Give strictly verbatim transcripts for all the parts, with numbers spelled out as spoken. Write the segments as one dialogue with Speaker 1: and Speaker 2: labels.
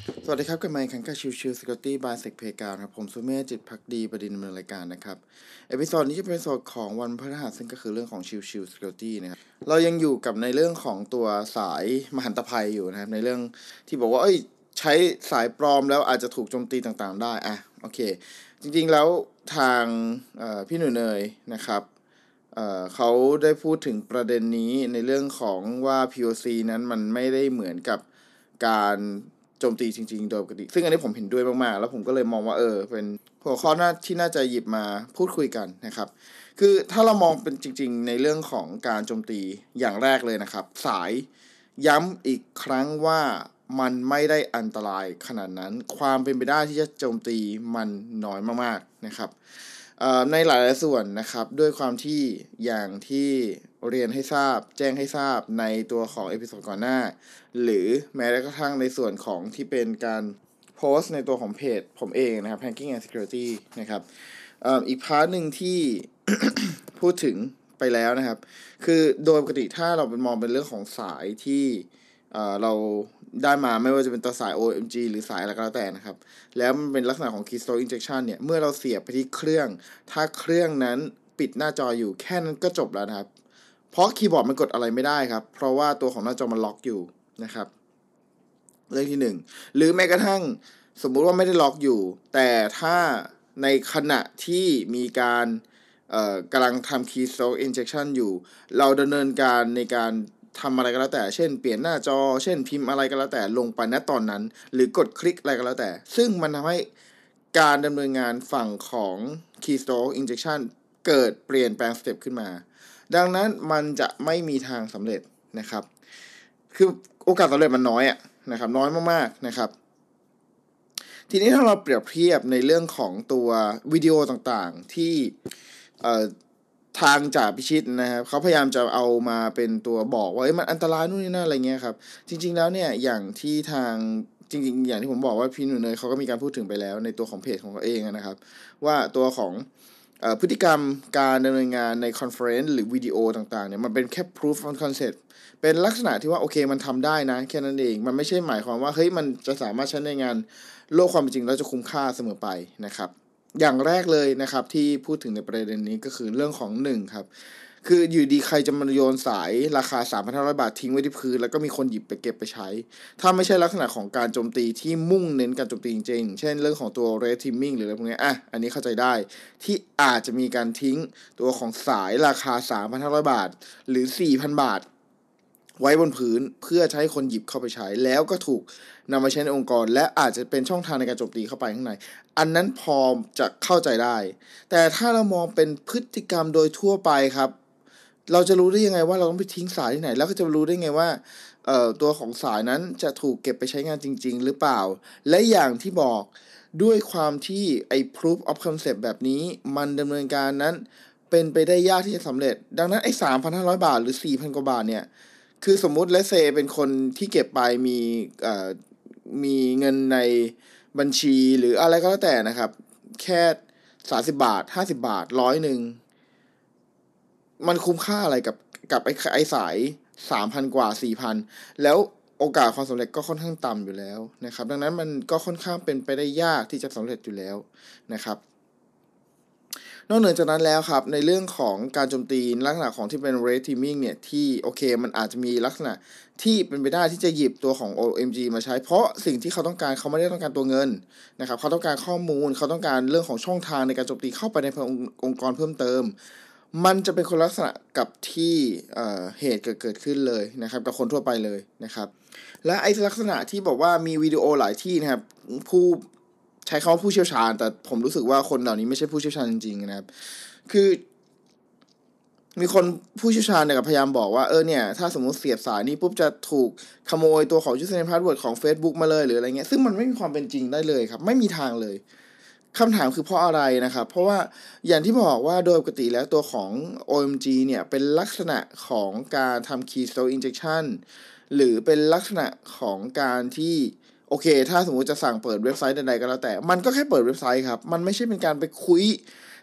Speaker 1: สวัสดีครับกันมาอีกครั้งกับชิวชิว Security by Sec Playground ครับผมสุเมธจิตภักดีประดินดำเนินรายการนะครับเอพิโซดนี้จะเป็นเอพิโซดของวันพฤหัสซึ่งก็คือเรื่องของชิวชิว Security นะครับเรายังอยู่กับในเรื่องของตัวสายมหันตภัยอยู่นะครับในเรื่องที่บอกว่าเอ้ยใช้สายปลอมแล้วอาจจะถูกโจมตีต่างๆได้อ่ะโอเคจริงๆแล้วทางพี่หนุ่ยเนยนะครับเเขาได้พูดถึงประเด็นนี้ในเรื่องของว่า พี โอ ซี นั้นมันไม่ได้เหมือนกับการโจมตีจริงๆโดยปกติซึ่งอันนี้ผมเห็นด้วยมากๆแล้วผมก็เลยมองว่าเออเป็นหัวข้อน่าที่น่าจะหยิบมาพูดคุยกันนะครับคือถ้าเรามองเป็นจริงๆในเรื่องของการโจมตีอย่างแรกเลยนะครับสายย้ำอีกครั้งว่ามันไม่ได้อันตรายขนาดนั้นความเป็นไปได้ที่จะโจมตีมันน้อยมากๆนะครับในหลายๆส่วนนะครับด้วยความที่อย่างที่เรียนให้ทราบแจ้งให้ทราบในตัวของเอพิโซดก่อนหน้าหรือแม้กระทั่งในส่วนของที่เป็นการโพสต์ในตัวของเพจผมเองนะครับ Hacking and Security นะครับอีกพาร์ทหนึ่งที่ พูดถึงไปแล้วนะครับคือโดยปกติถ้าเราเป็นมองเป็นเรื่องของสายที่เราได้มาไม่ว่าจะเป็นตัวสาย โอ เอ็ม จี หรือสายอะไรก็แล้วแต่นะครับแล้วมันเป็นลักษณะของ Keystone Injection เนี่ยเมื่อเราเสียบไปที่เครื่องถ้าเครื่องนั้นปิดหน้าจออยู่แค่นั้นก็จบแล้วนะครับเพราะคีย์บอร์ดมันกดอะไรไม่ได้ครับเพราะว่าตัวของหน้าจอมันล็อกอยู่นะครับเรื่องที่หนึ่งหรือแม้กระทั่งสมมุติว่าไม่ได้ล็อกอยู่แต่ถ้าในขณะที่มีการกำลังทำ Keystone Injection อยู่เราดำเนินการในการทำอะไรก็แล้วแต่เช่นเปลี่ยนหน้าจอเช่นพิมพ์อะไรก็แล้วแต่ลงไปณตอนนั้นหรือกดคลิกอะไรก็แล้วแต่ซึ่งมันทำให้การดำเนินงานฝั่งของ Keystone Injection เกิดเปลี่ยนแปลงสเต็ปขึ้นมาดังนั้นมันจะไม่มีทางสำเร็จนะครับคือโอกาสสำเร็จมันน้อยอะนะครับน้อยมากๆนะครับทีนี้ถ้าเราเปรียบเทียบในเรื่องของตัววิดีโอต่างๆที่ทางจ่าพิชิตนะครับเขาพยายามจะเอามาเป็นตัวบอกว่ามันอันตรายนู่นนี่นั่นอะไรเงี้ยครับจริงๆแล้วเนี่ยอย่างที่ทางจริงๆอย่างที่ผมบอกว่าพี่หนุ่ยเนยเขาก็มีการพูดถึงไปแล้วในตัวของเพจของเขาเองนะครับว่าตัวของพฤติกรรมการดำเนินงานในคอนเฟอเรนซ์หรือวิดีโอต่างๆเนี่ยมันเป็นแค่ proof of concept เป็นลักษณะที่ว่าโอเคมันทำได้นะแค่นั้นเองมันไม่ใช่หมายความว่าเฮ้ยมันจะสามารถใช้ในงานโลกความเป็นจริงแล้วจะคุ้มค่าเสมอไปนะครับอย่างแรกเลยนะครับที่พูดถึงในประเด็นนี้ก็คือเรื่องของหนึ่งครับคืออยู่ดีใครจะมาโยนสายราคา สามพันห้าร้อย บาททิ้งไว้ที่พื้นแล้วก็มีคนหยิบไปเก็บไปใช้ถ้าไม่ใช่ลักษณะของการโจมตีที่มุ่งเน้นการโจมตีจริงๆเช่นเรื่องของตัว red teaming หรืออะไรพวกนี้อ่ะอันนี้เข้าใจได้ที่อาจจะมีการทิ้งตัวของสายราคา สามพันห้าร้อย บาทหรือ สี่พัน บาทไว้บนพื้นเพื่อใช้คนหยิบเข้าไปใช้แล้วก็ถูกนำมาใช้ในองค์กรและอาจจะเป็นช่องทางในการโจมตีเข้าไปข้างในอันนั้นพอจะเข้าใจได้แต่ถ้าเรามองเป็นพฤติกรรมโดยทั่วไปครับเราจะรู้ได้ยังไงว่าเราต้องไปทิ้งสายที่ไหนแล้วก็จะรู้ได้ไงว่าเอ่อตัวของสายนั้นจะถูกเก็บไปใช้งานจริงๆหรือเปล่าและอย่างที่บอกด้วยความที่ไอ้ proof of concept แบบนี้มันดำเนินการนั้นเป็นไปได้ยากที่จะสำเร็จดังนั้นไอ้ สามพันห้าร้อย บาทหรือ สี่พัน กว่าบาทเนี่ยคือสมมุติเลสเซเป็นคนที่เก็บไปมีเอ่อมีเงินในบัญชีหรืออะไรก็แล้วแต่นะครับแค่สามสิบบาทห้าสิบบาทร้อยนึงมันคุ้มค่าอะไรกับกับไอ้ไอ้สาย สามพัน กว่า สี่พัน แล้วโอกาสความสำเร็จก็ค่อนข้างต่ำอยู่แล้วนะครับดังนั้นมันก็ค่อนข้างเป็นไปได้ยากที่จะสำเร็จอยู่แล้วนะครับนอกเหนือจากนั้นแล้วครับในเรื่องของการโจมตีลักษณะของที่เป็น red teaming เนี่ยที่โอเคมันอาจจะมีลักษณะที่เป็นไปได้ที่จะหยิบตัวของ โอ เอ็ม จี มาใช้เพราะสิ่งที่เขาต้องการเขาไม่ได้ต้องการตัวเงินนะครับเขาต้องการข้อมูลเขาต้องการเรื่องของช่องทางในการโจมตีเข้าไปในองค์กรเพิ่มเติมมันจะเป็นคนลักษณะกับที่เหตุเกิดเกิดขึ้นเลยนะครับกับคนทั่วไปเลยนะครับและไอ้ลักษณะที่บอกว่ามีวิดีโอหลายที่นะครับผู้ใช้คำว่าผู้เชี่ยวชาญแต่ผมรู้สึกว่าคนเหล่านี้ไม่ใช่ผู้เชี่ยวชาญจริงๆนะครับคือมีคนผู้เชี่ยวชาญเนี่ยพยายามบอกว่าเออเนี่ยถ้าสมมุติเสียบสายนี้ปุ๊บจะถูกขโมยตัวของ username password ของ Facebook มาเลยหรืออะไรเงี้ยซึ่งมันไม่มีความเป็นจริงได้เลยครับไม่มีทางเลยคำถามคือเพราะอะไรนะครับเพราะว่าอย่างที่บอกว่าโดยปกติแล้วตัวของ โอ เอ็ม จี เนี่ยเป็นลักษณะของการทำ Keystone Injection หรือเป็นลักษณะของการที่โอเคถ้าสมมุติจะสั่งเปิดเว็บไซต์ใดๆก็แล้วแต่มันก็แค่เปิดเว็บไซต์ครับมันไม่ใช่เป็นการไปคุย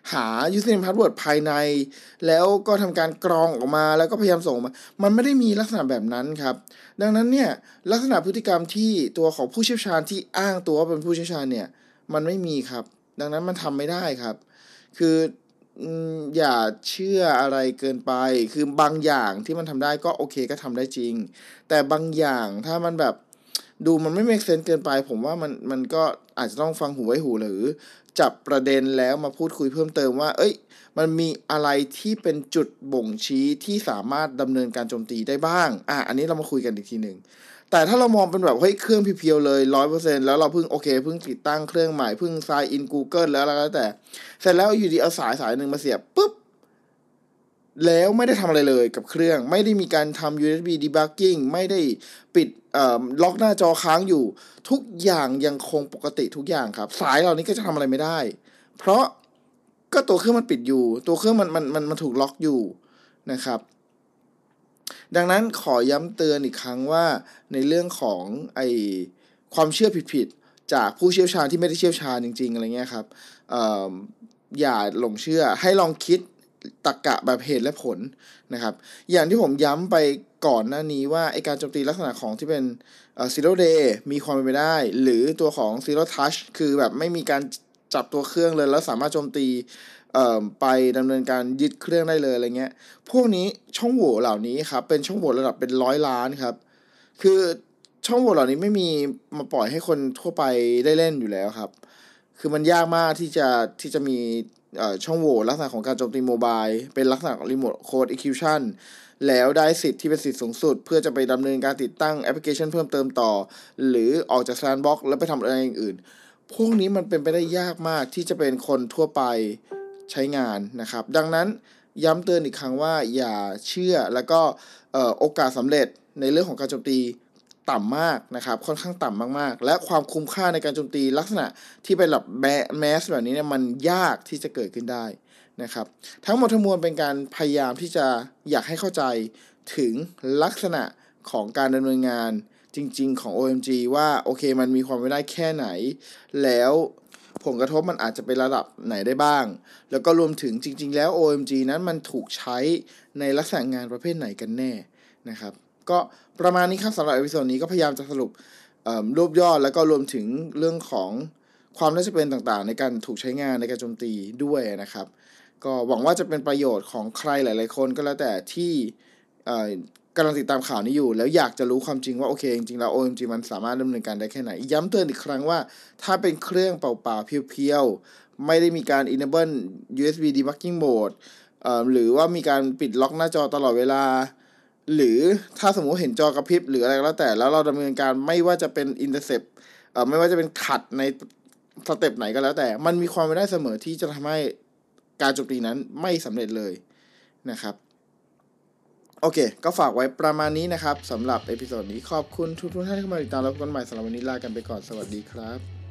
Speaker 1: หา username password ภายในแล้วก็ทำการกรองออกมาแล้วก็พยายามส่งมามันไม่ได้มีลักษณะแบบนั้นครับดังนั้นเนี่ยลักษณะพฤติกรรมที่ตัวของผู้เชี่ยวชาญที่อ้างตัวว่าเป็นผู้เชี่ยวชาญเนี่ยมันไม่มีครับดังนั้นมันทำไม่ได้ครับคืออย่าเชื่ออะไรเกินไปคือบางอย่างที่มันทำได้ก็โอเคก็ทำได้จริงแต่บางอย่างถ้ามันแบบดูมันไม่ make sense เกินไปผมว่ามันมันก็อาจจะต้องฟังหูไว้หูหรือจับประเด็นแล้วมาพูดคุยเพิ่มเติมว่าเอ้ยมันมีอะไรที่เป็นจุดบ่งชี้ที่สามารถดำเนินการโจมตีได้บ้างอ่ะอันนี้เรามาคุยกันอีกทีหนึ่งแต่ถ้าเรามองเป็นแบบเฮ้ยเครื่องเพียวๆเลย ร้อยเปอร์เซ็นต์ แล้วเราเพิ่งโอเคเพิ่งติดตั้งเครื่องใหม่เพิ่ง sign in Google แล้วแล้วแต่เสร็จแล้วอยู่ดีเอาสายสายหนึ่งมาเสียบปุ๊บแล้วไม่ได้ทำอะไรเลยกับเครื่องไม่ได้มีการทำ ยู เอส บี debugging ไม่ได้ปิดเอ่อล็อกหน้าจอค้างอยู่ทุกอย่างยังคงปกติทุกอย่างครับสายเหล่านี้ก็จะทำอะไรไม่ได้เพราะก็ตัวเครื่องมันปิดอยู่ตัวเครื่องมันมันมันมันถูกล็อกอยู่นะครับดังนั้นขอย้ำเตือนอีกครั้งว่าในเรื่องของไอความเชื่อผิดๆจากผู้เชี่ยวชาญที่ไม่ได้เชี่ยวชาญจริงๆอะไรเงี้ยครับเอ่ออย่าหลงเชื่อให้ลองคิดตรรกะแบบเหตุและผลนะครับอย่างที่ผมย้ำไปก่อนหน้านี้ว่าไอการโจมตีลักษณะของที่เป็นเอ่อ zero day มีความเป็นไปได้หรือตัวของ zero touch คือแบบไม่มีการจับตัวเครื่องเลยแล้วสามารถโจมตีเอ่อไปดำเนินการยึดเครื่องได้เลยอะไรเงี้ยพวกนี้ช่องโหว่เหล่านี้ครับเป็นช่องโหว่ระดับเป็นร้อยล้านครับคือช่องโหว่เหล่านี้ไม่มีมาปล่อยให้คนทั่วไปได้เล่นอยู่แล้วครับคือมันยากมากที่จะที่จะมีช่องโหว่ลักษณะของการโจมตีโมบายเป็นลักษณะของ Remote Code Execution แล้วได้สิทธิ์ที่เป็นสิทธิ์สูงสุดเพื่อจะไปดำเนินการติดตั้งแอปพลิเคชันเพิ่มเติมต่อหรือออกจาก Sandbox แล้วไปทำอะไรอย่างอื่นพวกนี้มันเป็นไปได้ยากมากที่จะเป็นคนทั่วไปใช้งานนะครับดังนั้นย้ำเตือนอีกครั้งว่าอย่าเชื่อแล้วก็โอกาสสำเร็จในเรื่องของการโจมตีต่ำมากนะครับค่อนข้างต่ำมากๆและความคุ้มค่าในการโจมตีลักษณะที่เป็นแบบแมสแบบนี้เนี่ยมันยากที่จะเกิดขึ้นได้นะครับทั้งหมดทั้งมวลเป็นการพยายามที่จะอยากให้เข้าใจถึงลักษณะของการดำเนินงานจริงๆของ โอ เอ็ม จี ว่าโอเคมันมีความเป็นไปได้แค่ไหนแล้วผลกระทบมันอาจจะเป็นระดับไหนได้บ้างแล้วก็รวมถึงจริงๆแล้ว โอ เอ็ม จี นั้นมันถูกใช้ในลักษณะงานประเภทไหนกันแน่นะครับก็ประมาณนี้ครับสำหรับเอพิโซดนี้ก็พยายามจะสรุปรวบยอดแล้วก็รวมถึงเรื่องของความน่าจะเป็นต่างๆในการถูกใช้งานในการโจมตีด้วยนะครับก็หวังว่าจะเป็นประโยชน์ของใครหลายๆคนก็แล้วแต่ที่กำลังติดตามข่าวนี้อยู่แล้วอยากจะรู้ความจริงว่าโอเคจริงๆแล้ว โอ เอ็ม จี มันสามารถดำเนินการได้แค่ไหนย้ำเตือนอีกครั้งว่าถ้าเป็นเครื่องเปล่าๆเพียวๆไม่ได้มีการ enable ยู เอส บี debugging mode หรือว่ามีการปิดล็อกหน้าจอตลอดเวลาหรือถ้าสมมุติเห็นจอกระพริบหรืออะไรก็แล้วแต่แล้วเราดำเนินการไม่ว่าจะเป็น intercept เอ่อไม่ว่าจะเป็นขัดในสเต็ปไหนก็แล้วแต่มันมีความเป็นได้เสมอที่จะทำให้การโจมตีนั้นไม่สำเร็จเลยนะครับโอเคก็ฝากไว้ประมาณนี้นะครับสำหรับเอพิโซดนี้ขอบคุณทุกท่านที่เข้ามาติดตามรับชมใหม่สำหรับวันนี้ลากันไปก่อนสวัสดีครับ